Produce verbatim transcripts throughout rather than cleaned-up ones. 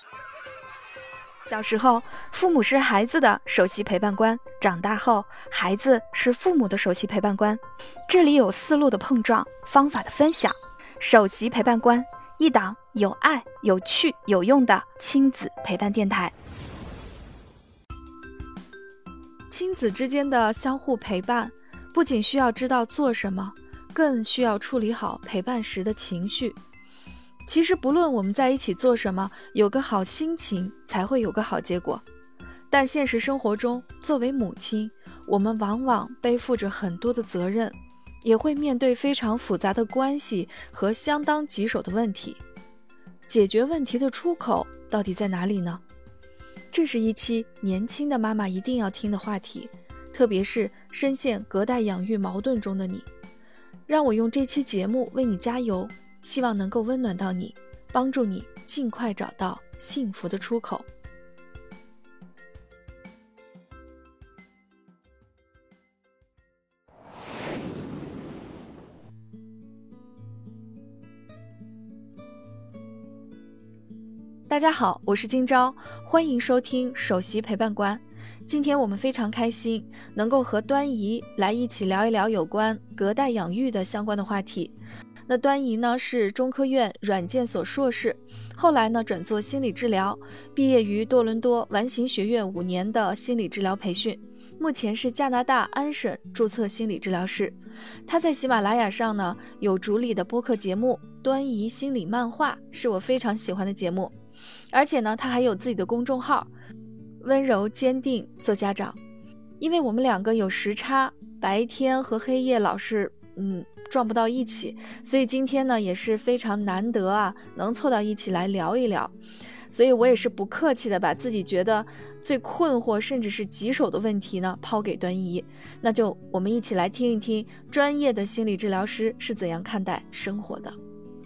小时候，父母是孩子的首席陪伴官；长大后，孩子是父母的首席陪伴官。这里有思路的碰撞，方法的分享。首席陪伴官，一档有爱、有趣、有用的亲子陪伴电台。亲子之间的相互陪伴，不仅需要知道做什么，更需要处理好陪伴时的情绪。其实不论我们在一起做什么，有个好心情才会有个好结果。但现实生活中，作为母亲，我们往往背负着很多的责任，也会面对非常复杂的关系和相当棘手的问题。解决问题的出口到底在哪里呢？这是一期年轻的妈妈一定要听的话题，特别是深陷隔代养育矛盾中的你。让我用这期节目为你加油，希望能够温暖到你，帮助你尽快找到幸福的出口。大家好，我是今朝，欢迎收听首席陪伴官。今天我们非常开心能够和端怡来一起聊一聊有关隔代养育的相关的话题。那端怡呢是中科院软件所硕士，后来呢转做心理治疗，毕业于多伦多完形学院五年的心理治疗培训，目前是加拿大安省注册心理治疗师。他在喜马拉雅上呢有主理的播客节目端怡心理漫画，是我非常喜欢的节目。而且呢他还有自己的公众号温柔坚定做家长。因为我们两个有时差，白天和黑夜老是嗯撞不到一起，所以今天呢也是非常难得啊，能凑到一起来聊一聊。所以我也是不客气的把自己觉得最困惑甚至是棘手的问题呢抛给端怡。那就我们一起来听一听专业的心理治疗师是怎样看待生活的。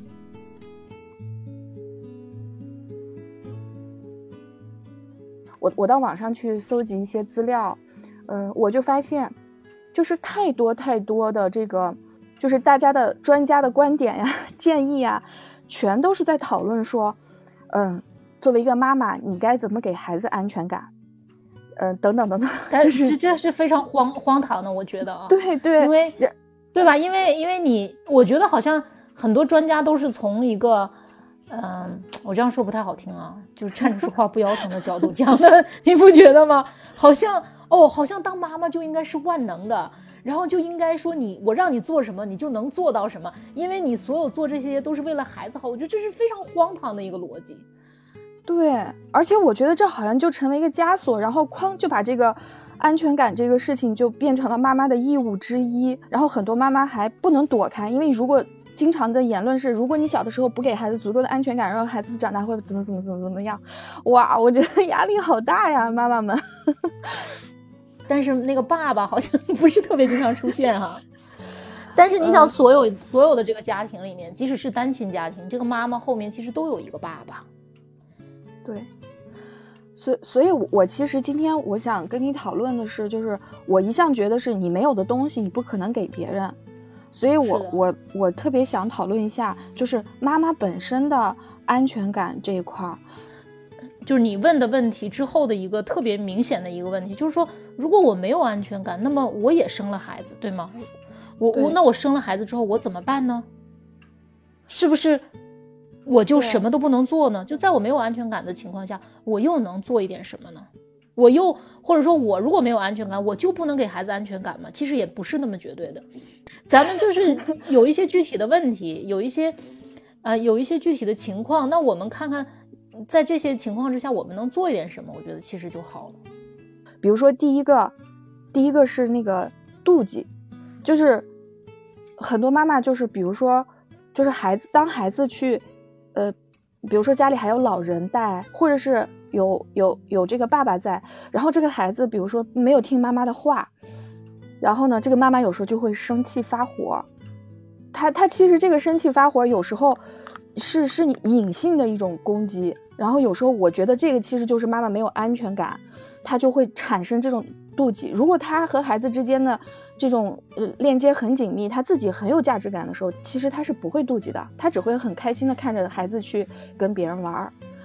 我我到网上去搜集一些资料，嗯、呃，我就发现，就是太多太多的这个，就是大家的专家的观点呀、建议呀，全都是在讨论说，嗯，作为一个妈妈，你该怎么给孩子安全感，嗯、呃，等等等等， 这是这这是非常荒荒唐的，我觉得啊， 对对， 因为对吧？因为因为你，我觉得好像很多专家都是从一个。嗯，我这样说不太好听啊，就是站着说话不腰疼的角度讲的，你不觉得吗？好像哦，好像当妈妈就应该是万能的，然后就应该说你我让你做什么，你就能做到什么，因为你所有做这些都是为了孩子好。我觉得这是非常荒唐的一个逻辑。 对，而且我觉得这好像就成为一个枷锁，然后哐就把这个安全感这个事情就变成了妈妈的义务之一，然后很多妈妈还不能躲开，因为如果经常的言论是，如果你小的时候不给孩子足够的安全感，然后孩子长大会怎么怎么怎么怎么样，哇，我觉得压力好大呀，妈妈们。 但是那个爸爸好像不是特别经常出现哈、啊。但是你想，所有、嗯、所有的这个家庭里面，即使是单亲家庭，这个妈妈后面其实都有一个爸爸。 对。所以，所以我其实今天我想跟你讨论的是，就是我一向觉得是你没有的东西，你不可能给别人。所以我我我特别想讨论一下，就是妈妈本身的安全感这一块儿。 就是你问的问题之后的一个特别明显的一个问题，就是说，如果我没有安全感，那么我也生了孩子，对吗？我我那我生了孩子之后，我怎么办呢？是不是我就什么都不能做呢？就在我没有安全感的情况下，我又能做一点什么呢？我又或者说我如果没有安全感，我就不能给孩子安全感吗？其实也不是那么绝对的，咱们就是有一些具体的问题，有一些呃有一些具体的情况，那我们看看在这些情况之下我们能做一点什么，我觉得其实就好了。 比如说第一个第一个是那个妒忌，就是很多妈妈就是比如说就是孩子当孩子去呃比如说家里还有老人带，或者是有有有这个爸爸在，然后这个孩子比如说没有听妈妈的话，然后呢这个妈妈有时候就会生气发火。他他其实这个生气发火有时候是是你隐性的一种攻击，然后有时候我觉得这个其实就是妈妈没有安全感，她就会产生这种妒忌。如果她和孩子之间的这种呃链接很紧密，她自己很有价值感的时候，其实她是不会妒忌的，她只会很开心的看着孩子去跟别人玩。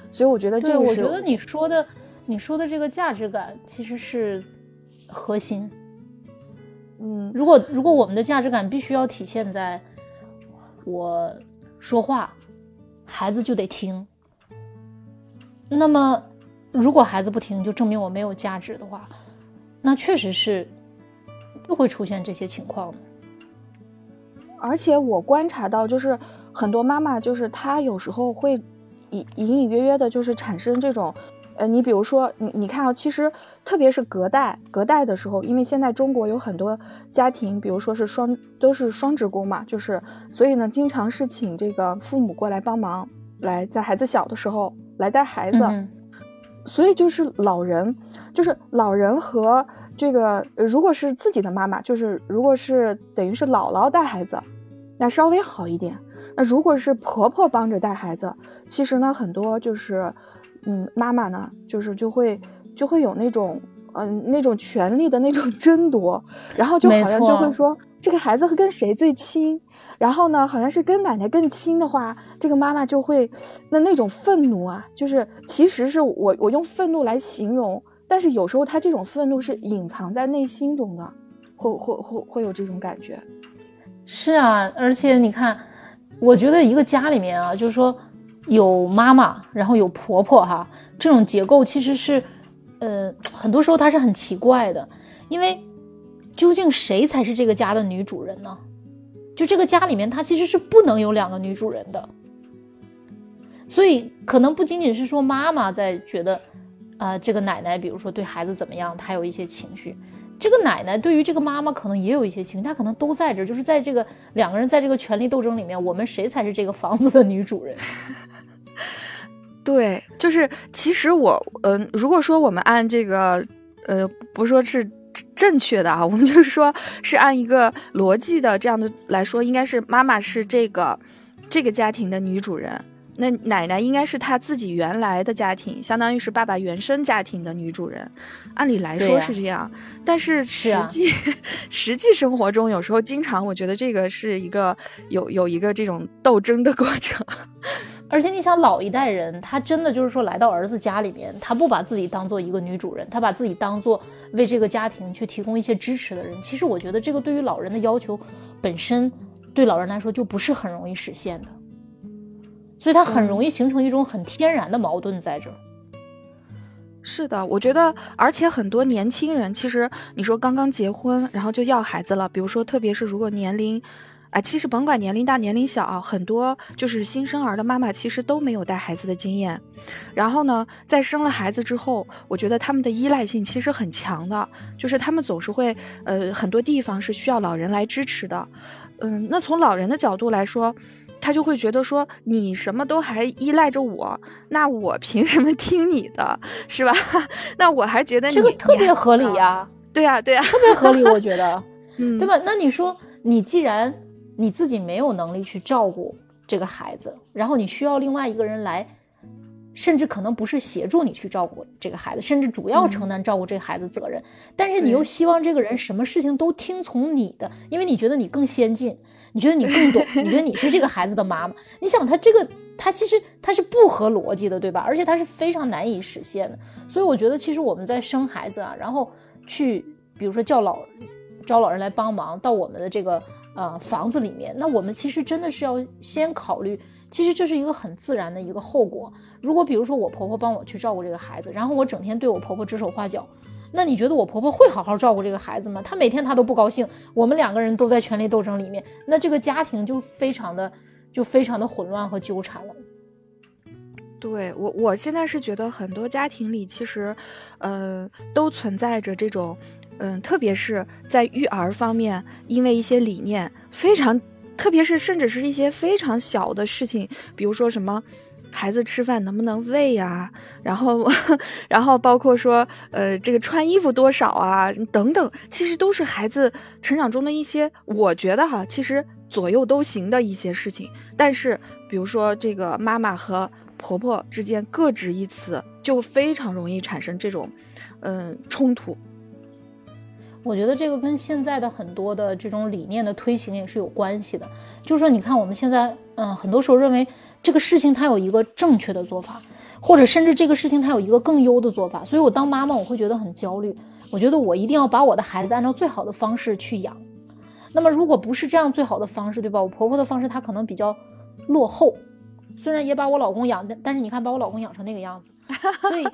所以我觉得这个是， 我觉得你说的你说的这个价值感其实是核心。 嗯， 如果如果我们的价值感必须要体现在我说话，孩子就得听。那么如果孩子不听，就证明我没有价值的话，那确实是就会出现这些情况的。 而且我观察到，就是很多妈妈，就是她有时候会隐隐隐约约的，就是产生这种，呃，你比如说，你你看啊，其实特别是隔代隔代的时候，因为现在中国有很多家庭，比如说是双都是双职工嘛，就是所以呢，经常是请这个父母过来帮忙，来在孩子小的时候来带孩子。嗯，所以就是老人，就是老人和这个，如果是自己的妈妈，就是如果是等于是姥姥带孩子，那稍微好一点。那如果是婆婆帮着带孩子，其实呢，很多就是，嗯，妈妈呢，就是就会就会有那种，嗯、呃，那种权力的那种争夺，然后就好像就会说这个孩子跟谁最亲。然后呢，好像是跟奶奶更亲的话，这个妈妈就会那那种愤怒啊，就是其实是我我用愤怒来形容，但是有时候她这种愤怒是隐藏在内心中的，会会会会有这种感觉。 是啊，而且你看，我觉得一个家里面啊，就是说有妈妈，然后有婆婆哈，这种结构其实是，呃，很多时候它是很奇怪的，因为究竟谁才是这个家的女主人呢？就这个家里面，它其实是不能有两个女主人的，所以可能不仅仅是说妈妈在觉得，啊、呃，这个奶奶比如说对孩子怎么样，她有一些情绪，这个奶奶对于这个妈妈可能也有一些情绪，她可能都在这，就是在这个两个人在这个权力斗争里面，我们谁才是这个房子的女主人？ 对，就是其实我，嗯、呃，如果说我们按这个，呃，不说是正确的啊，我们就是说是按一个逻辑的这样的来说，应该是妈妈是这个这个家庭的女主人，那奶奶应该是她自己原来的家庭，相当于是爸爸原生家庭的女主人，按理来说是这样，啊、但是实际、啊、实际生活中有时候经常我觉得这个是一个有有一个这种斗争的过程。 而且你想老一代人，他真的就是说来到儿子家里面，他不把自己当做一个女主人，他把自己当做为这个家庭去提供一些支持的人。其实我觉得这个对于老人的要求本身对老人来说就不是很容易实现的，所以他很容易形成一种很天然的矛盾在这儿。 是的，我觉得而且很多年轻人其实你说刚刚结婚然后就要孩子了，比如说特别是如果年龄啊，其实甭管年龄大年龄小啊，很多就是新生儿的妈妈其实都没有带孩子的经验，然后呢在生了孩子之后，我觉得他们的依赖性其实很强的，就是他们总是会呃很多地方是需要老人来支持的。嗯，那从老人的角度来说，他就会觉得说你什么都还依赖着我，那我凭什么听你的，是吧？那我还觉得你这个特别合理呀、啊、 对呀、啊、对呀、啊、 特别合理我觉得嗯， 对吧？那你说你既然你自己没有能力去照顾这个孩子，然后你需要另外一个人来，甚至可能不是协助你去照顾这个孩子，甚至主要承担照顾这个孩子责任、嗯、但是你又希望这个人什么事情都听从你的，因为你觉得你更先进，你觉得你更懂，你觉得你是这个孩子的妈妈。你想他这个他其实他是不合逻辑的，对吧？而且他是非常难以实现的。所以我觉得其实我们在生孩子啊，然后去比如说叫老招老人来帮忙到我们的这个呃，房子里面，那我们其实真的是要先考虑，其实这是一个很自然的一个后果。如果比如说我婆婆帮我去照顾这个孩子，然后我整天对我婆婆指手画脚，那你觉得我婆婆会好好照顾这个孩子吗？她每天她都不高兴，我们两个人都在权力斗争里面，那这个家庭就非常的就非常的混乱和纠缠了。 对，我我现在是觉得很多家庭里其实呃都存在着这种嗯，特别是在育儿方面，因为一些理念非常，特别是甚至是一些非常小的事情，比如说什么孩子吃饭能不能喂呀、啊，然后然后包括说呃这个穿衣服多少啊等等，其实都是孩子成长中的一些，我觉得哈，其实左右都行的一些事情。但是比如说这个妈妈和婆婆之间各执一词，就非常容易产生这种嗯冲突。 我觉得这个跟现在的很多的这种理念的推行也是有关系的。就是说你看我们现在嗯，很多时候认为这个事情它有一个正确的做法， 或者甚至这个事情它有一个更优的做法，所以我当妈妈我会觉得很焦虑，我觉得我一定要把我的孩子按照最好的方式去养。那么如果不是这样最好的方式，对吧？我婆婆的方式她可能比较落后，虽然也把我老公养，但是你看把我老公养成那个样子，所以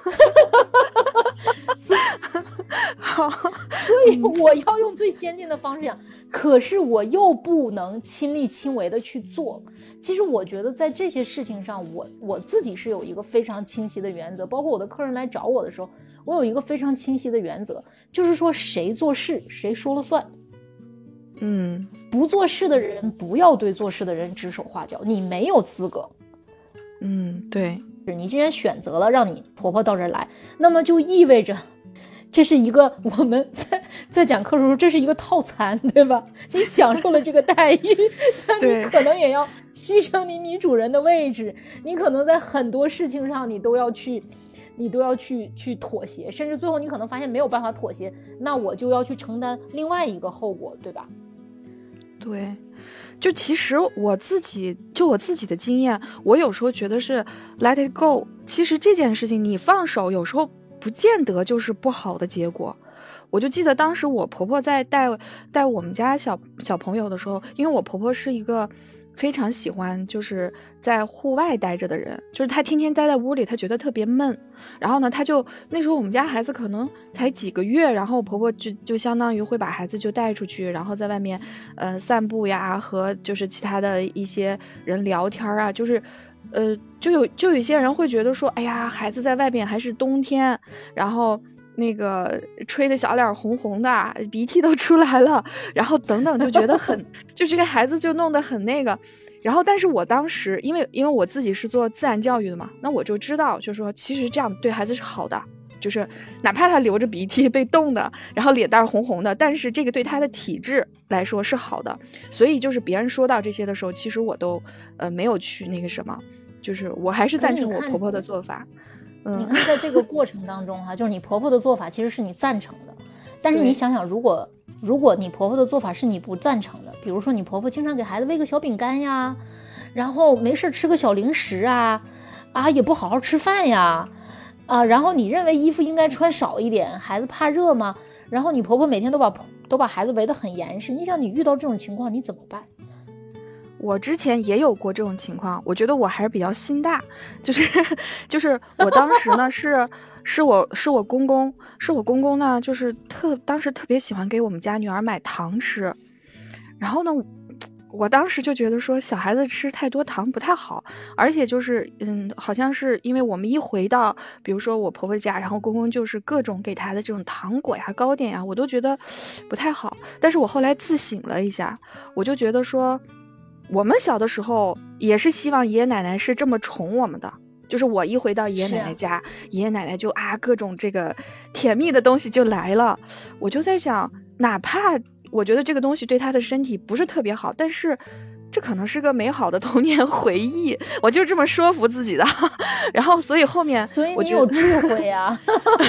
所以我要用最先进的方式养，可是我又不能亲力亲为的去做。其实我觉得在这些事情上，我我自己是有一个非常清晰的原则，包括我的客人来找我的时候，我有一个非常清晰的原则，就是说谁做事谁说了算。 嗯， 不做事的人不要对做事的人指手画脚，你没有资格。 嗯，对， 你既然选择了让你婆婆到这儿来，那么就意味着这是一个我们在在讲课的时候，这是一个套餐，对吧？你享受了这个待遇，那你可能也要牺牲你女主人的位置，你可能在很多事情上你都要去你都要去去妥协，甚至最后你可能发现没有办法妥协，那我就要去承担另外一个后果，对吧？ 对，就其实我自己就我自己的经验，我有时候觉得是 let it go。其实这件事情你放手，有时候不见得就是不好的结果。我就记得当时我婆婆在带带我们家小小朋友的时候，因为我婆婆是一个非常喜欢就是在户外待着的人，就是她天天待在屋里，她觉得特别闷。然后呢，她就那时候我们家孩子可能才几个月，然后婆婆就就相当于会把孩子就带出去，然后在外面呃散步呀，和就是其他的一些人聊天啊，就是呃就有就有一些人会觉得说，哎呀，孩子在外边还是冬天，然后那个吹的小脸红红的，鼻涕都出来了，然后等等，就觉得很就这个孩子就弄得很那个。然后但是我当时因为因为我自己是做自然教育的嘛，那我就知道就是说其实这样对孩子是好的，就是哪怕他流着鼻涕被冻的，然后脸蛋红红的，但是这个对他的体质来说是好的。所以就是别人说到这些的时候，其实我都呃没有去那个什么，就是我还是赞成我婆婆的做法。 你看在这个过程当中哈、啊，就是你婆婆的做法其实是你赞成的，但是你想想，如果如果你婆婆的做法是你不赞成的，比如说你婆婆经常给孩子喂个小饼干呀，然后没事吃个小零食啊，啊也不好好吃饭呀，啊，然后你认为衣服应该穿少一点，孩子怕热吗？然后你婆婆每天都把都把孩子围得很严实，你想你遇到这种情况你怎么办？ 我之前也有过这种情况，我觉得我还是比较心大，就是就是我当时呢是是我是我公公是我公公呢，就是特当时特别喜欢给我们家女儿买糖吃，然后呢，我当时就觉得说小孩子吃太多糖不太好，而且就是嗯，好像是因为我们一回到比如说我婆婆家，然后公公就是各种给她的这种糖果呀、糕点呀，我都觉得不太好。但是我后来自省了一下，我就觉得说。我们小的时候也是希望爷爷奶奶是这么宠我们的，就是我一回到爷爷奶奶家，啊、爷爷奶奶就啊各种这个甜蜜的东西就来了。我就在想，哪怕我觉得这个东西对他的身体不是特别好，但是这可能是个美好的童年回忆，我就这么说服自己的。然后所以后面所以你有智慧啊。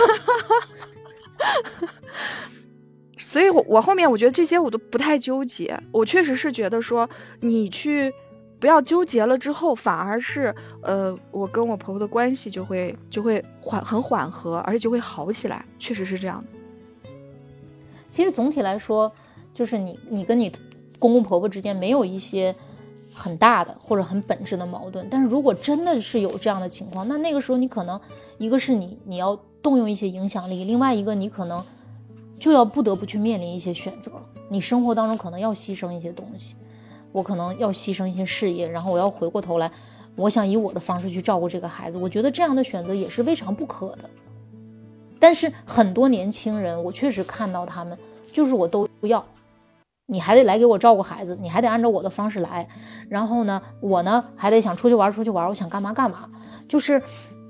所以我我后面我觉得这些我都不太纠结，我确实是觉得说你去不要纠结了之后，反而是呃我跟我婆婆的关系就会就会缓很缓和，而且就会好起来，确实是这样的。 其实总体来说，就是你你跟你公公婆婆之间没有一些很大的或者很本质的矛盾，但是如果真的是有这样的情况，那那个时候你可能一个是你你要动用一些影响力，另外一个你可能就要不得不去面临一些选择，你生活当中可能要牺牲一些东西，我可能要牺牲一些事业，然后我要回过头来，我想以我的方式去照顾这个孩子，我觉得这样的选择也是未尝不可的。但是很多年轻人，我确实看到他们就是我都要，你还得来给我照顾孩子，你还得按照我的方式来，然后呢我呢还得想出去玩出去玩，我想干嘛干嘛，就是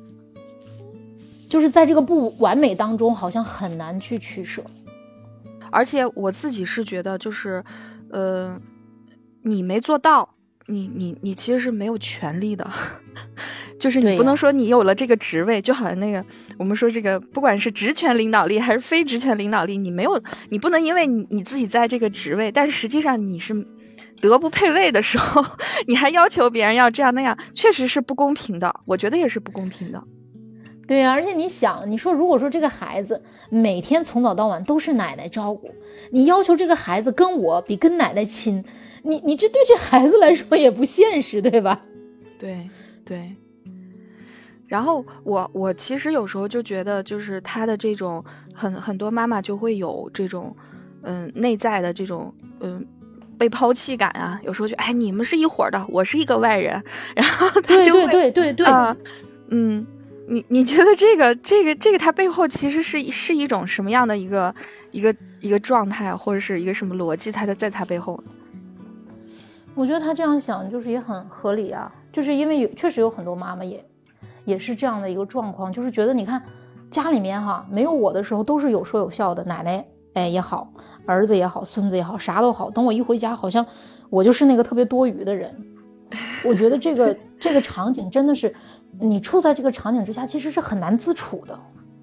就是在这个不完美当中好像很难去取舍。 而且我自己是觉得就是呃你没做到，你你你其实是没有权利的。就是你不能说你有了这个职位，就好像那个我们说这个不管是职权领导力还是非职权领导力，你没有你不能因为你你自己在这个职位，但是实际上你是德不配位的时候，你还要求别人要这样那样，确实是不公平的，我觉得也是不公平的。 对啊，而且你想，你说如果说这个孩子每天从早到晚都是奶奶照顾，你要求这个孩子跟我比跟奶奶亲，你你这对这孩子来说也不现实，对吧？ 对对。然后我我其实有时候就觉得，就是他的这种很很多妈妈就会有这种嗯内在的这种嗯被抛弃感啊，有时候就哎你们是一伙的，我是一个外人，然后他就会对对对对对， 呃、嗯。你你觉得这个这个这个它背后其实是是一种什么样的一个一个一个状态，或者是一个什么逻辑？它的在它背后， 我觉得他这样想就是也很合理啊，就是因为有确实有很多妈妈也也是这样的一个状况，就是觉得你看家里面哈没有我的时候都是有说有笑的，奶奶哎也好，儿子也好，孙子也好，啥都好，等我一回家，好像我就是那个特别多余的人。我觉得这个这个场景真的是。你处在这个场景之下其实是很难自处的，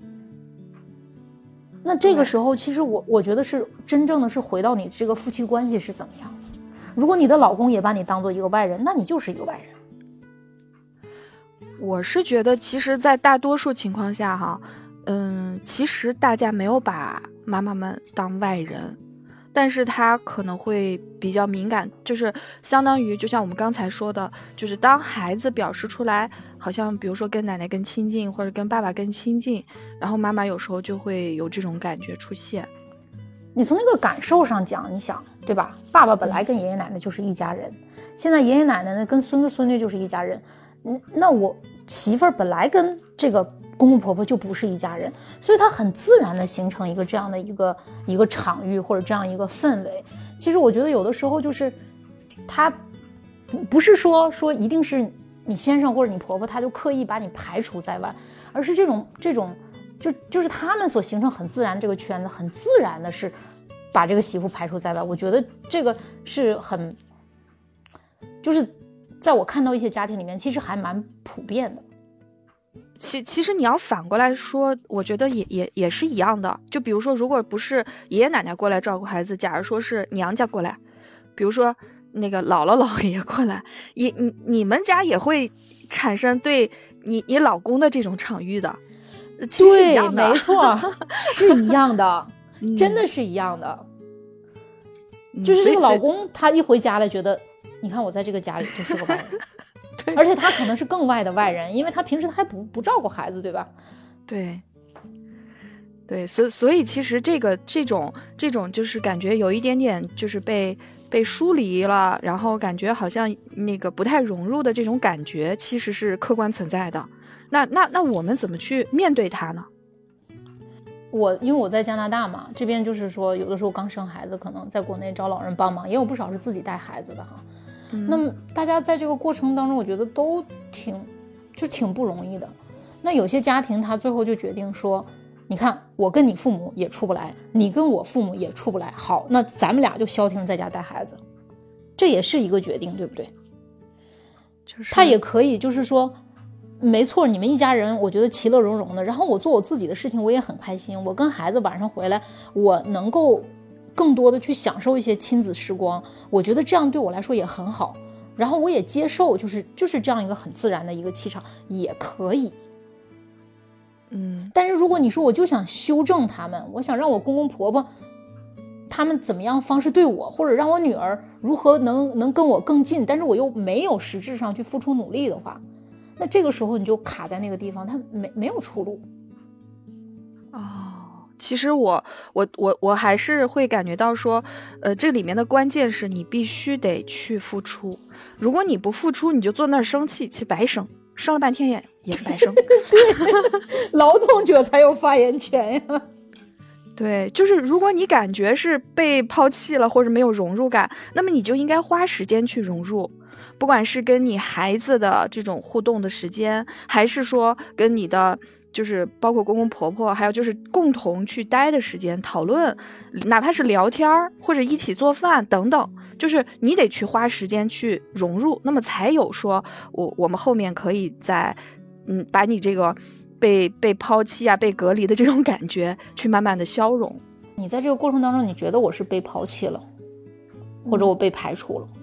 那这个时候其实我我觉得是真正的是回到你这个夫妻关系是怎么样的。如果你的老公也把你当做一个外人，那你就是一个外人。 我是觉得其实在大多数情况下哈，嗯，其实大家没有把妈妈们当外人，但是他可能会比较敏感，就是相当于就像我们刚才说的，就是当孩子表示出来好像比如说跟奶奶更亲近或者跟爸爸更亲近，然后妈妈有时候就会有这种感觉出现。 你从那个感受上讲，你想对吧，爸爸本来跟爷爷奶奶就是一家人，现在爷爷奶奶呢跟孙子孙女就是一家人，嗯，那我媳妇儿本来跟这个公公婆婆就不是一家人，所以它很自然的形成一个这样的一个一个场域或者这样一个氛围。其实我觉得有的时候就是他不是说说一定是你先生或者你婆婆他就刻意把你排除在外，而是这种这种就就是他们所形成很自然这个圈子，很自然的是把这个媳妇排除在外。我觉得这个是很就是在我看到一些家庭里面其实还蛮普遍的。 其其实你要反过来说，我觉得也也也是一样的。就比如说，如果不是爷爷奶奶过来照顾孩子，假如说是娘家过来，比如说那个姥姥姥爷过来，也你你们家也会产生对你你老公的这种场域的，其实一样的， 对，没错，是一样的，真的是一样的。嗯、就是这个老公他一回家了，觉得你看我在这个家里就是个外人。而且他可能是更外的外人，因为他平时他还不不照顾孩子，对吧？ 对，对，所以所以其实这个这种这种就是感觉有一点点就是被被疏离了，然后感觉好像那个不太融入的这种感觉，其实是客观存在的。那那那我们怎么去面对它呢？ 我因为我在加拿大嘛，这边就是说有的时候刚生孩子，可能在国内找老人帮忙，也有不少是自己带孩子的哈。那么大家在这个过程当中，我觉得都挺就挺不容易的。那有些家庭他最后就决定说，你看我跟你父母也处不来，你跟我父母也处不来，好，那咱们俩就消停在家带孩子，这也是一个决定，对不对？就是他也可以就是说没错，你们一家人我觉得其乐融融的，然后我做我自己的事情我也很开心，我跟孩子晚上回来我能够更多的去享受一些亲子时光，我觉得这样对我来说也很好，然后我也接受就是就是这样一个很自然的一个气场也可以。 嗯， 但是如果你说我就想修正他们，我想让我公公婆婆他们怎么样方式对我，或者让我女儿如何能能跟我更近，但是我又没有实质上去付出努力的话，那这个时候你就卡在那个地方，它没没有出路。 哦，其实我我我我还是会感觉到说，呃，这里面的关键是你必须得去付出。如果你不付出，你就坐那儿生气，其实白生，生了半天也也是白生。 对，劳动者才有发言权呀。 对，就是如果你感觉是被抛弃了或者没有融入感，那么你就应该花时间去融入。不管是跟你孩子的这种互动的时间，还是说跟你的就是包括公公婆婆，还有就是共同去待的时间，讨论，哪怕是聊天或者一起做饭等等，就是你得去花时间去融入，那么才有说我我们后面可以在嗯把你这个被被抛弃啊被隔离的这种感觉去慢慢的消融。 你在这个过程当中你觉得我是被抛弃了，或者我被排除了，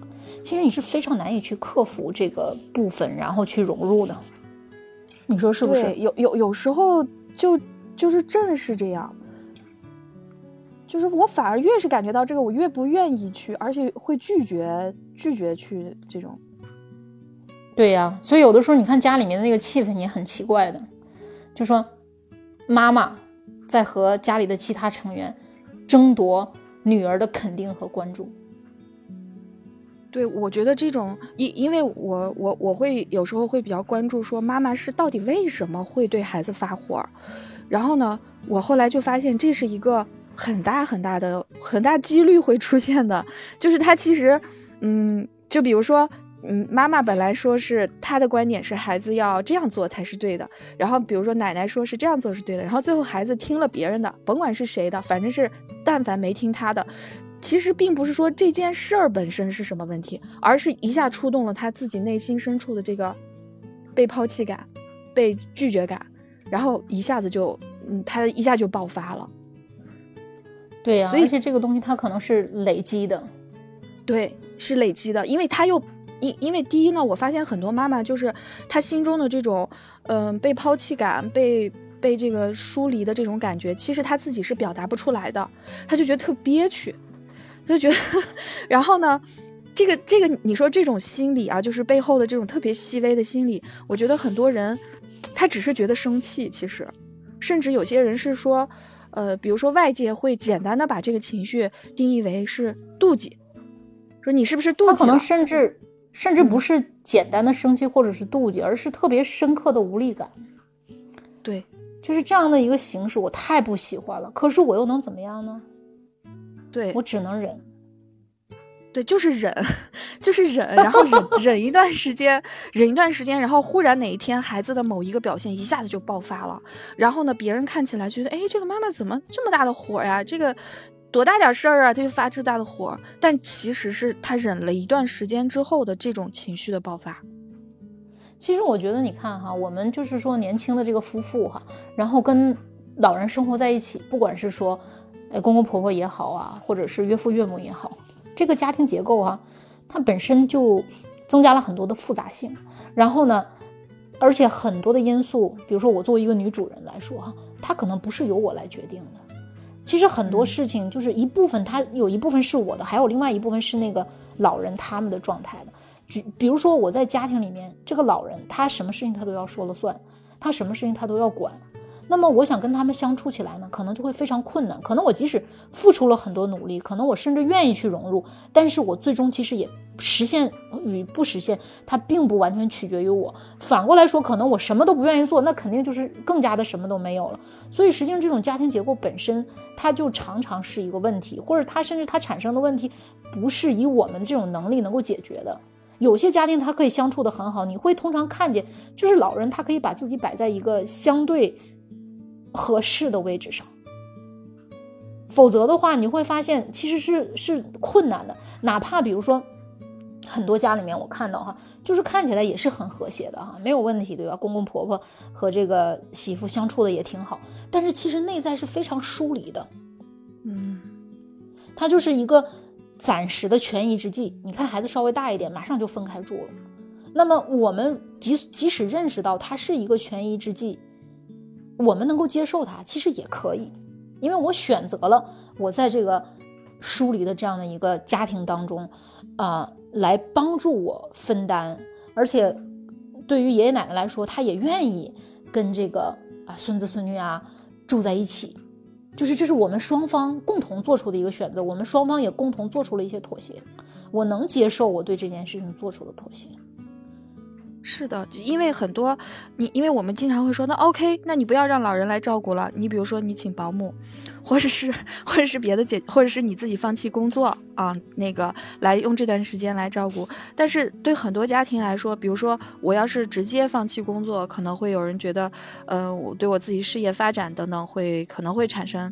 其实你是非常难以去克服这个部分，然后去融入的。你说是不是？ 有有有时候就就是正是这样，就是我反而越是感觉到这个，我越不愿意去，而且会拒绝拒绝去这种。 对呀、啊，所以有的时候你看家里面的那个气氛也很奇怪的，就说妈妈在和家里的其他成员争夺女儿的肯定和关注。 对，我觉得这种因因为我我我会有时候会比较关注说妈妈是到底为什么会对孩子发火，然后呢，我后来就发现这是一个很大很大的很大几率会出现的，就是他其实，嗯，就比如说，嗯，妈妈本来说是她的观点是孩子要这样做才是对的，然后比如说奶奶说是这样做是对的，然后最后孩子听了别人的，甭管是谁的，反正是但凡没听他的。其实并不是说这件事儿本身是什么问题，而是一下触动了他自己内心深处的这个被抛弃感、被拒绝感，然后一下子就，嗯，他一下就爆发了。 对呀、啊， 所以而且这个东西它可能是累积的。 对，是累积的，因为他又因因为第一呢，我发现很多妈妈就是她心中的这种，嗯、呃，被抛弃感、被被这个疏离的这种感觉，其实她自己是表达不出来的，她就觉得特憋屈。就觉得，然后呢，这个这个，你说这种心理啊，就是背后的这种特别细微的心理，我觉得很多人他只是觉得生气，其实，甚至有些人是说，呃，比如说外界会简单的把这个情绪定义为是妒忌，说你是不是妒忌了？ 他可能甚至甚至不是简单的生气或者是妒忌，嗯、而是特别深刻的无力感。 对， 就是这样的一个形式，我太不喜欢了。可是我又能怎么样呢？ 对， 我只能忍。 对，就是忍，就是忍，然后忍忍一段时间，忍一段时间，然后忽然哪一天孩子的某一个表现一下子就爆发了，然后呢，别人看起来觉得，哎，这个妈妈怎么这么大的火呀？这个多大点事儿啊，他就发这大的火，但其实是他忍了一段时间之后的这种情绪的爆发。 其实我觉得，你看哈，我们就是说年轻的这个夫妇哈，然后跟老人生活在一起，不管是说。哎，公公婆婆也好啊，或者是岳父岳母也好，这个家庭结构啊，它本身就增加了很多的复杂性。然后呢，而且很多的因素，比如说我作为一个女主人来说哈，它可能不是由我来决定的。其实很多事情就是一部分，它有一部分是我的，还有另外一部分是那个老人他们的状态的。举比如说我在家庭里面，这个老人他什么事情他都要说了算，他什么事情他都要管。那么我想跟他们相处起来呢，可能就会非常困难。可能我即使付出了很多努力，可能我甚至愿意去融入，但是我最终其实也实现与不实现，它并不完全取决于我。反过来说，可能我什么都不愿意做，那肯定就是更加的什么都没有了。所以实际上这种家庭结构本身，它就常常是一个问题，或者它甚至它产生的问题不是以我们这种能力能够解决的。有些家庭它可以相处得很好，你会通常看见，就是老人他可以把自己摆在一个相对合适的位置上，否则的话你会发现其实是是困难的。哪怕比如说很多家里面我看到哈，就是看起来也是很和谐的哈，没有问题，对吧？公公婆婆和这个媳妇相处的也挺好，但是其实内在是非常疏离的。 嗯， 它就是一个暂时的权宜之计。你看孩子稍微大一点，马上就分开住了。那么我们即即使认识到它是一个权宜之计，我们能够接受它，其实也可以，因为我选择了我在这个疏离的这样的一个家庭当中，啊、呃，来帮助我分担，而且对于爷爷奶奶来说，他也愿意跟这个啊孙子孙女啊住在一起，就是这是我们双方共同做出的一个选择，我们双方也共同做出了一些妥协，我能接受我对这件事情做出的妥协。 是的，因为很多你，因为我们经常会说，那 OK， 那你不要让老人来照顾了，你比如说你请保姆，或者是或者是别的姐，或者是你自己放弃工作啊，那个来用这段时间来照顾。但是对很多家庭来说，比如说我要是直接放弃工作，可能会有人觉得，嗯、呃，我对我自己事业发展等等会可能会产生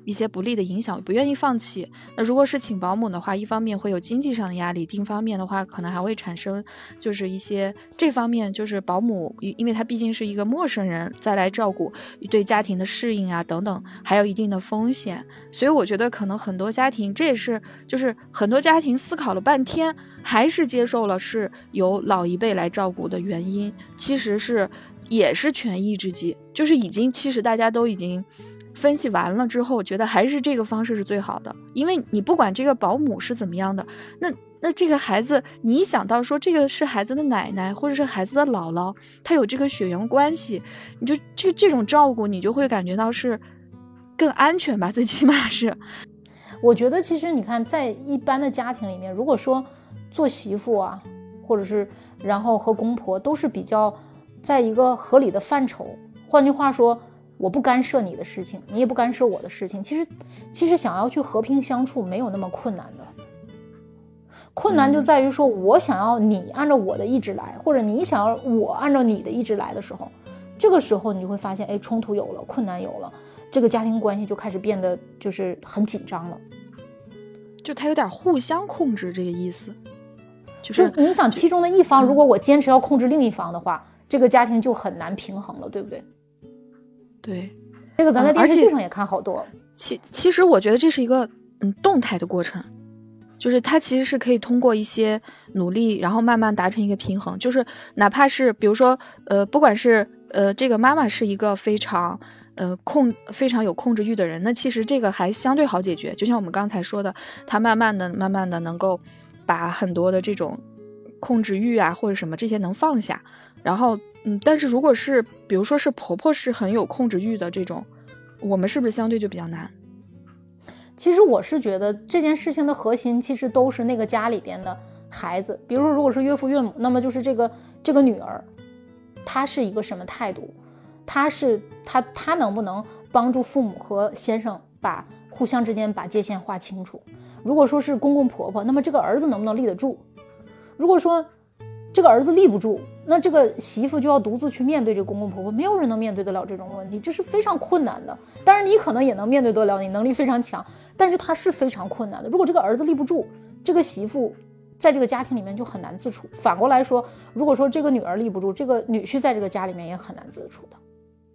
一些不利的影响，不愿意放弃。那如果是请保姆的话，一方面会有经济上的压力，另一方面的话可能还会产生就是一些这方面就是保姆，因为他毕竟是一个陌生人再来照顾，对家庭的适应啊等等还有一定的风险。所以我觉得可能很多家庭，这也是就是很多家庭思考了半天还是接受了是由老一辈来照顾的原因，其实是也是权宜之计，就是已经其实大家都已经分析完了之后，觉得还是这个方式是最好的。因为你不管这个保姆是怎么样的，那那这个孩子，你一想到说这个是孩子的奶奶或者是孩子的姥姥，他有这个血缘关系，你就这这种照顾，你就会感觉到是更安全吧，最起码是。 我觉得其实你看，在一般的家庭里面，如果说做媳妇啊，或者是然后和公婆都是比较在一个合理的范畴，换句话说，我不干涉你的事情，你也不干涉我的事情，其实其实想要去和平相处没有那么困难的。困难就在于说，我想要你按照我的意志来，或者你想要我按照你的意志来的时候，这个时候你就会发现，哎，冲突有了，困难有了，这个家庭关系就开始变得就是很紧张了， 就他有点互相控制这个意思。就是你想，其中的一方如果我坚持要控制另一方的话，嗯、这个家庭就很难平衡了，对不对？ 对， 这个咱在电视剧上也看好多。 嗯、其其实我觉得这是一个嗯动态的过程，就是它其实是可以通过一些努力，然后慢慢达成一个平衡。就是哪怕是比如说呃，不管是呃这个妈妈是一个非常呃控非常有控制欲的人，那其实这个还相对好解决。就像我们刚才说的，她慢慢的慢慢的能够把很多的这种控制欲啊或者什么这些能放下，然后嗯，但是如果是比如说是婆婆是很有控制欲的这种，我们是不是相对就比较难？ 其实我是觉得这件事情的核心其实都是那个家里边的孩子，比如说如果是岳父岳母，那么就是这个这个女儿她是一个什么态度，她是她她能不能帮助父母和先生把互相之间把界限划清楚。如果说是公公婆婆，那么这个儿子能不能立得住？如果说这个儿子立不住，那这个媳妇就要独自去面对这个公公婆婆，没有人能面对得了这种问题，这是非常困难的。当然你可能也能面对得了，你能力非常强，但是它是非常困难的。如果这个儿子立不住，这个媳妇在这个家庭里面就很难自处。反过来说，如果说这个女儿立不住，这个女婿在这个家里面也很难自处的。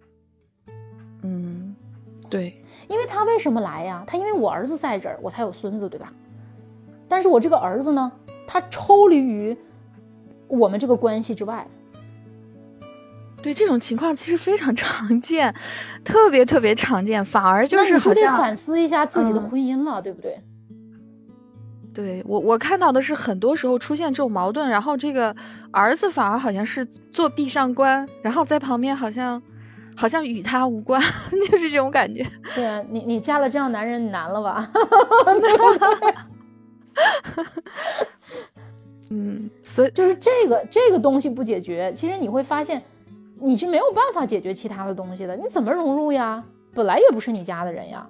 嗯，对， 因为他为什么来呀？他因为我儿子在这儿，我才有孙子，对吧？但是我这个儿子呢，他抽离于我们这个关系之外。 对，这种情况其实非常常见，特别特别常见，反而就是好像那你就得反思一下自己的婚姻了，嗯、对不对？ 对，我我看到的是很多时候出现这种矛盾，然后这个儿子反而好像是做壁上观，然后在旁边好像好像与他无关，就是这种感觉。 对啊，你你嫁了这样男人，你难了吧？ 嗯，所以就是这个这个东西不解决，其实你会发现你是没有办法解决其他的东西的。你怎么融入呀？本来也不是你家的人呀。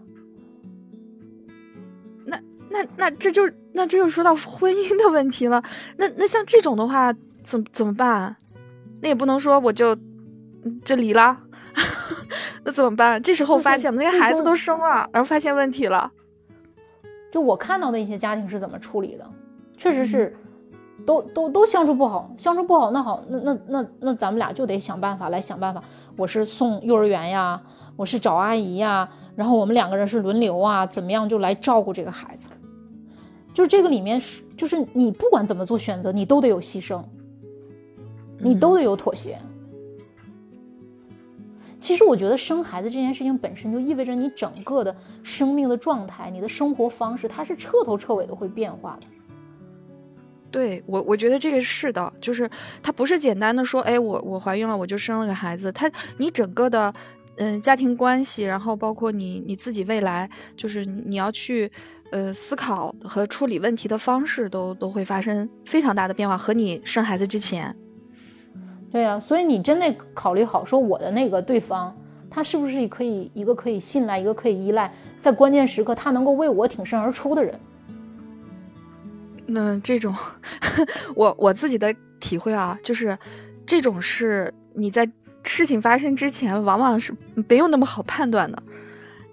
那那那这就那这就说到婚姻的问题了。那那像这种的话，怎么怎么办？那也不能说我就就离了，那怎么办？这时候发现、就是、那个孩子都生了，然后发现问题了。 就我看到的一些家庭是怎么处理的，确实是。嗯都都都相处不好，相处不好，那好，那那那那咱们俩就得想办法来想办法。我是送幼儿园呀，我是找阿姨呀，然后我们两个人是轮流啊，怎么样就来照顾这个孩子。就是这个里面，就是你不管怎么做选择，你都得有牺牲，你都得有妥协。嗯、其实我觉得生孩子这件事情本身就意味着你整个的生命的状态，你的生活方式，它是彻头彻尾的会变化的。 对，我我觉得这个是的，就是它不是简单的说，哎，我我怀孕了，我就生了个孩子，它你整个的嗯、呃、家庭关系，然后包括你你自己未来，就是你要去呃思考和处理问题的方式都都会发生非常大的变化，和你生孩子之前。 对啊，所以你真得考虑好，说我的那个对方，他是不是可以一个可以信赖，一个可以依赖，在关键时刻他能够为我挺身而出的人。 那这种我我自己的体会啊，就是这种是你在事情发生之前往往是没有那么好判断的，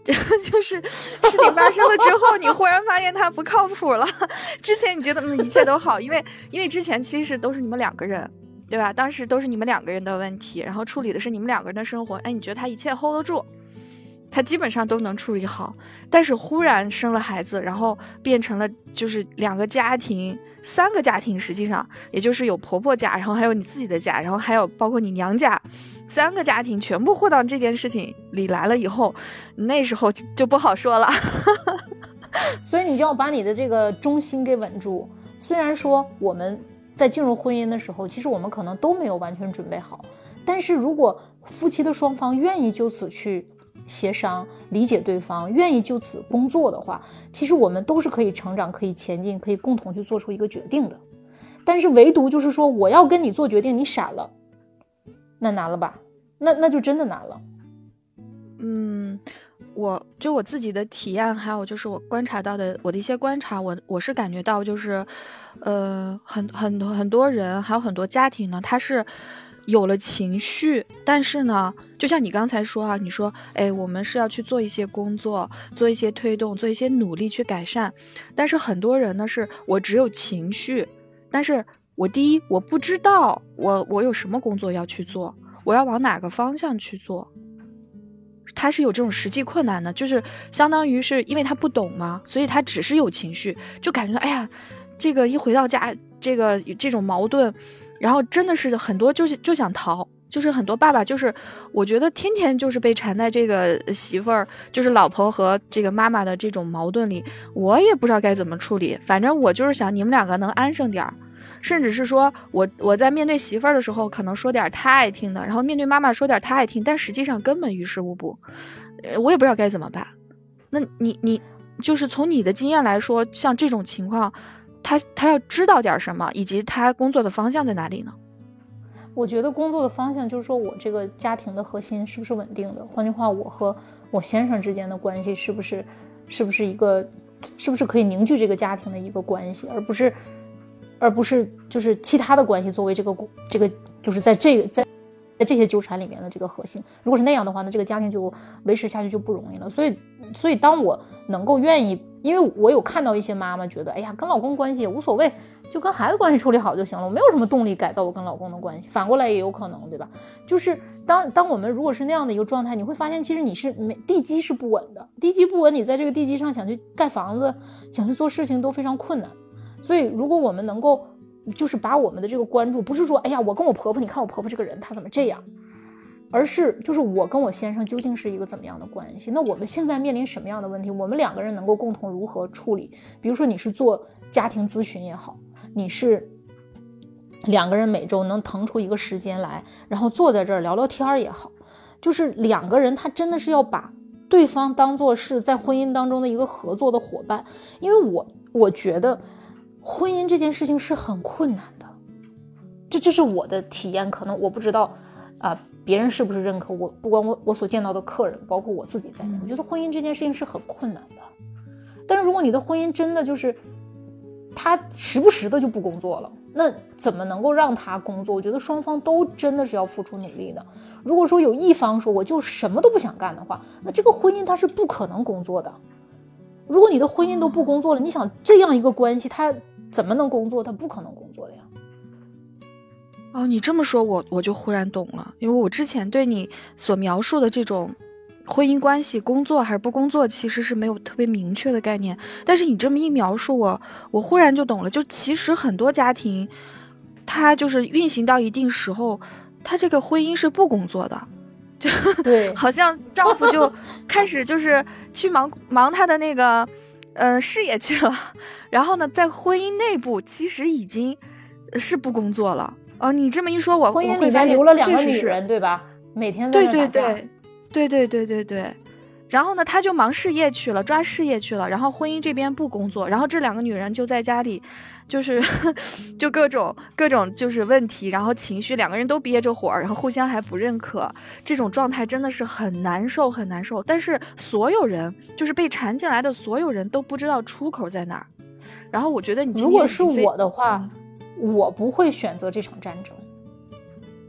就是事情发生了之后，你忽然发现他不靠谱了。之前你觉得嗯一切都好，因为因为之前其实都是你们两个人，对吧？当时都是你们两个人的问题，然后处理的是你们两个人的生活。哎，你觉得他一切 hold 得住，他基本上都能处理好。但是忽然生了孩子，然后变成了就是两个家庭。三个家庭，实际上也就是有婆婆家，然后还有你自己的家，然后还有包括你娘家，三个家庭全部混到这件事情里来了以后，那时候 就, 就不好说了。 所以你就要把你的这个中心给稳住。虽然说我们在进入婚姻的时候，其实我们可能都没有完全准备好，但是如果夫妻的双方愿意就此去协商，理解对方，愿意就此工作的话，其实我们都是可以成长，可以前进，可以共同去做出一个决定的。但是唯独就是说我要跟你做决定，你闪了，那难了吧，那那就真的难了。 嗯，我就我自己的体验，还有就是我观察到的我的一些观察，我我是感觉到就是呃很很多很多人还有很多家庭呢，他是有了情绪，但是呢就像你刚才说啊，你说哎我们是要去做一些工作，做一些推动，做一些努力去改善，但是很多人呢是我只有情绪，但是我第一我不知道我我有什么工作要去做，我要往哪个方向去做，他是有这种实际困难的，就是相当于是因为他不懂嘛，所以他只是有情绪，就感觉哎呀这个一回到家这个这种矛盾，然后真的是很多就是就想逃，就是很多爸爸就是我觉得天天就是被缠在这个媳妇儿就是老婆和这个妈妈的这种矛盾里，我也不知道该怎么处理，反正我就是想你们两个能安生点儿，甚至是说我我在面对媳妇儿的时候可能说点他爱听的，然后面对妈妈说点他爱听，但实际上根本于事无补，我也不知道该怎么办。那你你就是从你的经验来说，像这种情况他他要知道点什么，以及他工作的方向在哪里呢？ 我觉得工作的方向就是说我这个家庭的核心是不是稳定的，换句话我和我先生之间的关系是不是是不是一个是不是可以凝聚这个家庭的一个关系，而不是而不是就是其他的关系作为这个这个就是在这个在在这些纠缠里面的这个核心。如果是那样的话，那这个家庭就维持下去就不容易了。所以所以当我能够愿意，因为我有看到一些妈妈觉得哎呀跟老公关系也无所谓，就跟孩子关系处理好就行了，我没有什么动力改造我跟老公的关系，反过来也有可能，对吧？就是当当我们如果是那样的一个状态，你会发现其实你是地基是不稳的，地基不稳，你在这个地基上想去盖房子想去做事情都非常困难。所以如果我们能够就是把我们的这个关注不是说哎呀我跟我婆婆，你看我婆婆这个人她怎么这样，而是就是我跟我先生究竟是一个怎么样的关系，那我们现在面临什么样的问题，我们两个人能够共同如何处理。比如说你是做家庭咨询也好，你是两个人每周能腾出一个时间来然后坐在这儿聊聊天也好，就是两个人他真的是要把对方当作是在婚姻当中的一个合作的伙伴。因为我我觉得婚姻这件事情是很困难的，这就是我的体验，可能我不知道啊、呃，别人是不是认可我，不管我我所见到的客人包括我自己在内，我觉得婚姻这件事情是很困难的。但是如果你的婚姻真的就是他时不时的就不工作了，那怎么能够让他工作？我觉得双方都真的是要付出努力的。如果说有一方说我就什么都不想干的话，那这个婚姻它是不可能工作的。如果你的婚姻都不工作了，你想这样一个关系它怎么能工作？它不可能工作的呀。 哦，你这么说我我就忽然懂了，因为我之前对你所描述的这种婚姻关系工作还是不工作其实是没有特别明确的概念，但是你这么一描述我我忽然就懂了，就其实很多家庭它就是运行到一定时候，它这个婚姻是不工作的，就对， 好像丈夫就开始就是去忙忙他的那个呃事业去了，然后呢在婚姻内部其实已经是不工作了。哦，你这么一说我婚姻里面留了两个女人对吧，每天在那对对打架。 对对对对对对，然后呢他就忙事业去了，抓事业去了，然后婚姻这边不工作，然后这两个女人就在家里就是就各种各种就是问题，然后情绪两个人都憋着火，然后互相还不认可，这种状态真的是很难受很难受。但是所有人就是被缠进来的所有人都不知道出口在哪儿。然后我觉得你今天如果是我的话、嗯、我不会选择这场战争，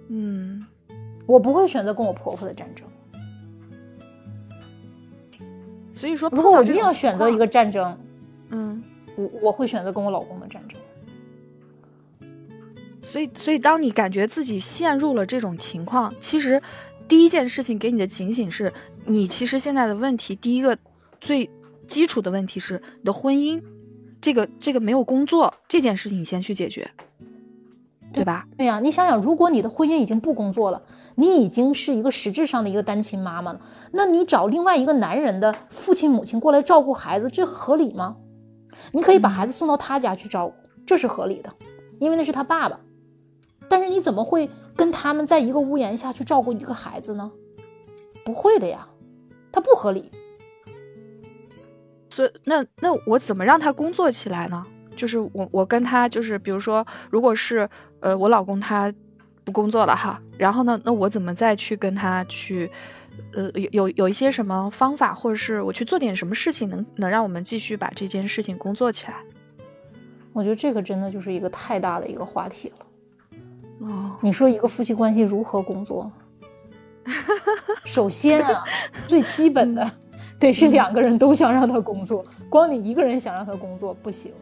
嗯， 我不会选择跟我婆婆的战争。 所以说如果我一定要选择一个战争， 嗯， 我我会选择跟我老公的战争。 所以所以当你感觉自己陷入了这种情况，其实第一件事情给你的警醒是，你其实现在的问题，第一个最基础的问题是你的婚姻，这个这个没有工作这件事情你先去解决，对吧？ 对呀、啊，你想想，如果你的婚姻已经不工作了，你已经是一个实质上的一个单亲妈妈了，那你找另外一个男人的父亲母亲过来照顾孩子，这合理吗？你可以把孩子送到他家去照顾，嗯、这是合理的，因为那是他爸爸。但是你怎么会跟他们在一个屋檐下去照顾一个孩子呢？不会的呀，他不合理。 所以那那我怎么让他工作起来呢？就是我我跟他就是比如说，如果是呃我老公他不工作了哈，然后呢，那我怎么再去跟他去呃有有有一些什么方法，或者是我去做点什么事情能能让我们继续把这件事情工作起来？ 我觉得这个真的就是一个太大的一个话题了。 哦， 你说一个夫妻关系如何工作？首先啊，最基本的得是两个人都想让他工作，光你一个人想让他工作不行。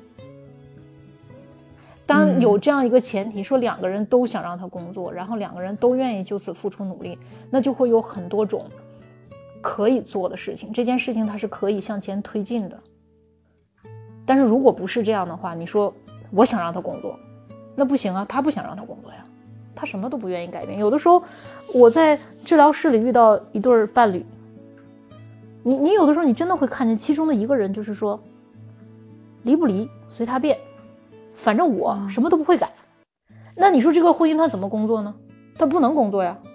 当有这样一个前提，说两个人都想让他工作，然后两个人都愿意就此付出努力，那就会有很多种可以做的事情，这件事情它是可以向前推进的。但是如果不是这样的话，你说我想让他工作，那不行啊，他不想让他工作呀，他什么都不愿意改变。有的时候我在治疗室里遇到一对伴侣，你你有的时候你真的会看见其中的一个人就是说，离不离随他便，反正我什么都不会改。那你说这个婚姻他怎么工作呢？他不能工作呀。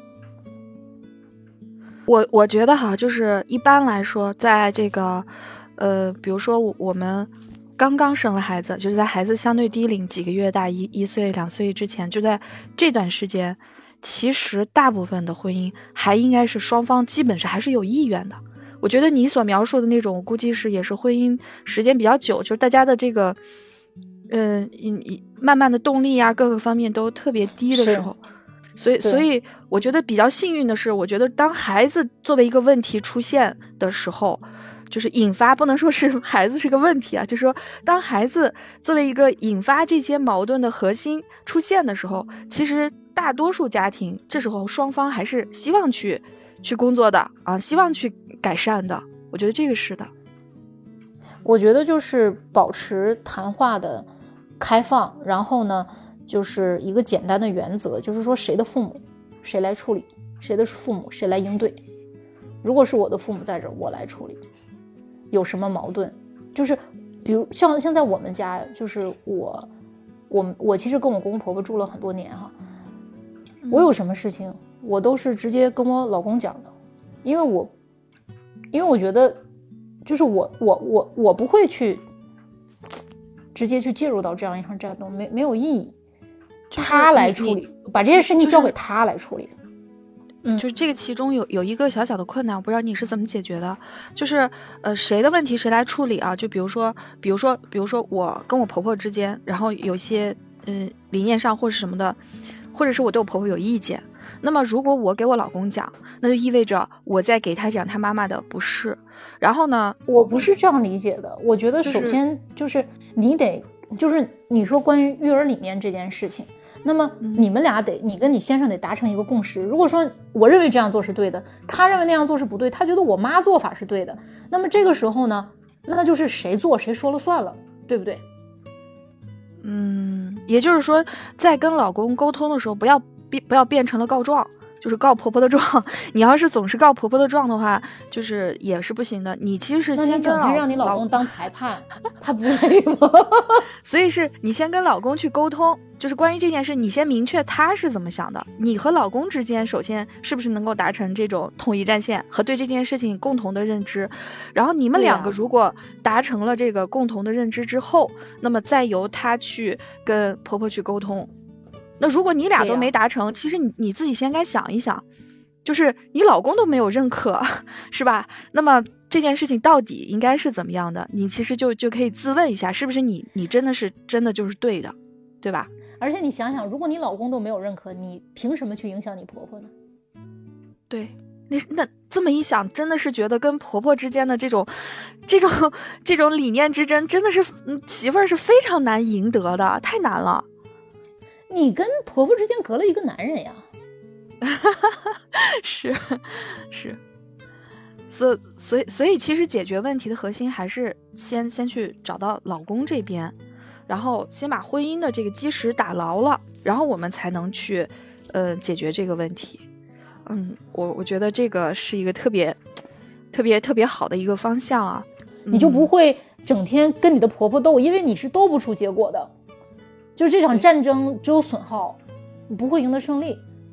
我我觉得哈，就是一般来说，在这个呃，比如说我我们刚刚生了孩子，就是在孩子相对低龄几个月大，一一岁两岁之前，就在这段时间，其实大部分的婚姻还应该是双方基本上还是有意愿的。我觉得你所描述的那种，我估计是也是婚姻时间比较久，就是大家的这个，嗯、呃，慢慢的动力啊，各个方面都特别低的时候。所以，所以我觉得比较幸运的是，我觉得当孩子作为一个问题出现的时候。就是引发，不能说是孩子是个问题啊，就是说当孩子作为一个引发这些矛盾的核心出现的时候，其实大多数家庭这时候双方还是希望去去工作的啊，希望去改善的。我觉得这个是的。 我觉得就是保持谈话的开放，然后呢，就是一个简单的原则，就是说谁的父母谁来处理，谁的父母谁来应对。如果是我的父母在这儿，我来处理。有什么矛盾，就是比如像现在我们家，就是我我我其实跟我公公婆婆住了很多年哈，我有什么事情我都是直接跟我老公讲的，因为我因为我觉得就是我我我我不会去直接去介入到这样一场战斗，没没有意义，他来处理，把这件事情交给他来处理。 嗯，就是这个其中有有一个小小的困难，我不知道你是怎么解决的。就是呃，谁的问题谁来处理啊？就比如说，比如说，比如说我跟我婆婆之间，然后有一些嗯、呃、理念上或是什么的，或者是我对我婆婆有意见。那么如果我给我老公讲，那就意味着我在给他讲他妈妈的不是。然后呢， 我不是这样理解的。我觉得首先就是你得，就是你说关于育儿理念这件事情。那么你们俩得，你跟你先生得达成一个共识。如果说我认为这样做是对的，他认为那样做是不对，他觉得我妈做法是对的，那么这个时候呢，那就是谁做谁说了算了，对不对？ 嗯，也就是说，在跟老公沟通的时候，不要变不要变成了告状，就是告婆婆的状。你要是总是告婆婆的状的话，就是也是不行的。你其实是先跟整天让你老公当裁判，他不累吗？ 所以是你先跟老公去沟通，就是关于这件事，你先明确他是怎么想的。你和老公之间，首先是不是能够达成这种统一战线和对这件事情共同的认知？然后你们两个如果达成了这个共同的认知之后，那么再由他去跟婆婆去沟通。那如果你俩都没达成，啊、其实你你自己先该想一想，就是你老公都没有认可，是吧？那么这件事情到底应该是怎么样的？你其实就就可以自问一下，是不是你你真的是真的就是对的，对吧？ 而且你想想，如果你老公都没有认可，你凭什么去影响你婆婆呢？ 对， 那那这么一想，真的是觉得跟婆婆之间的这种这种这种理念之争，真的是嗯媳妇儿是非常难赢得的，太难了。 你跟婆婆之间隔了一个男人呀。 是是，所所以所以其实解决问题的核心还是先先去找到老公这边，然后先把婚姻的这个基石打牢了，然后我们才能去呃解决这个问题。嗯，我我觉得这个是一个特别特别特别好的一个方向啊。 你就不会整天跟你的婆婆斗，因为你是斗不出结果的，就是这场战争只有损耗，你不会赢得胜利。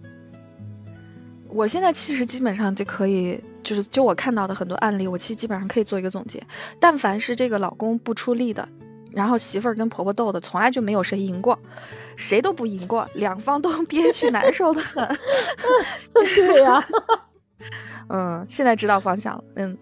我现在其实基本上就可以，就是就我看到的很多案例，我其实基本上可以做一个总结。但凡是这个老公不出力的，然后媳妇儿跟婆婆斗的，从来就没有谁赢过，谁都不赢过，两方都憋屈难受的很。 对呀、啊， 嗯，现在知道方向了。嗯。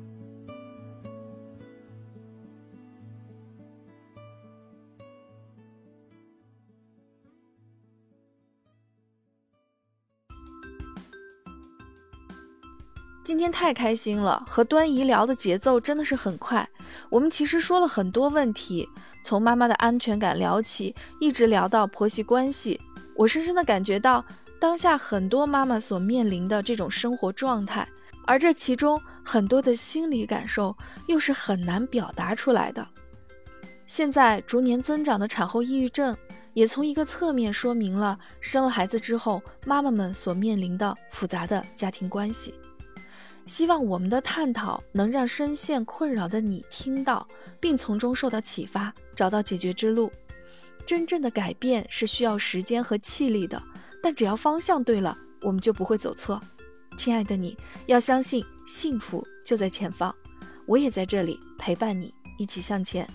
今天太开心了，和端姨聊的节奏真的是很快。我们其实说了很多问题，从妈妈的安全感聊起，一直聊到婆媳关系。我深深的感觉到当下很多妈妈所面临的这种生活状态，而这其中很多的心理感受又是很难表达出来的。现在逐年增长的产后抑郁症，也从一个侧面说明了生了孩子之后妈妈们所面临的复杂的家庭关系。希望我们的探讨能让深陷困扰的你听到，并从中受到启发，找到解决之路。真正的改变是需要时间和气力的，但只要方向对了，我们就不会走错。亲爱的你，要相信幸福就在前方，我也在这里陪伴你，一起向前。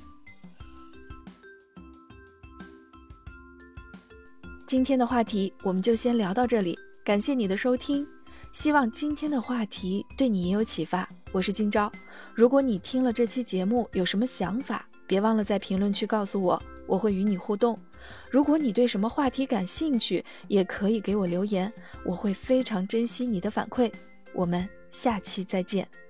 今天的话题我们就先聊到这里，感谢你的收听。希望今天的话题对你也有启发。我是今朝，如果你听了这期节目有什么想法，别忘了在评论区告诉我，我会与你互动。如果你对什么话题感兴趣，也可以给我留言，我会非常珍惜你的反馈。我们下期再见。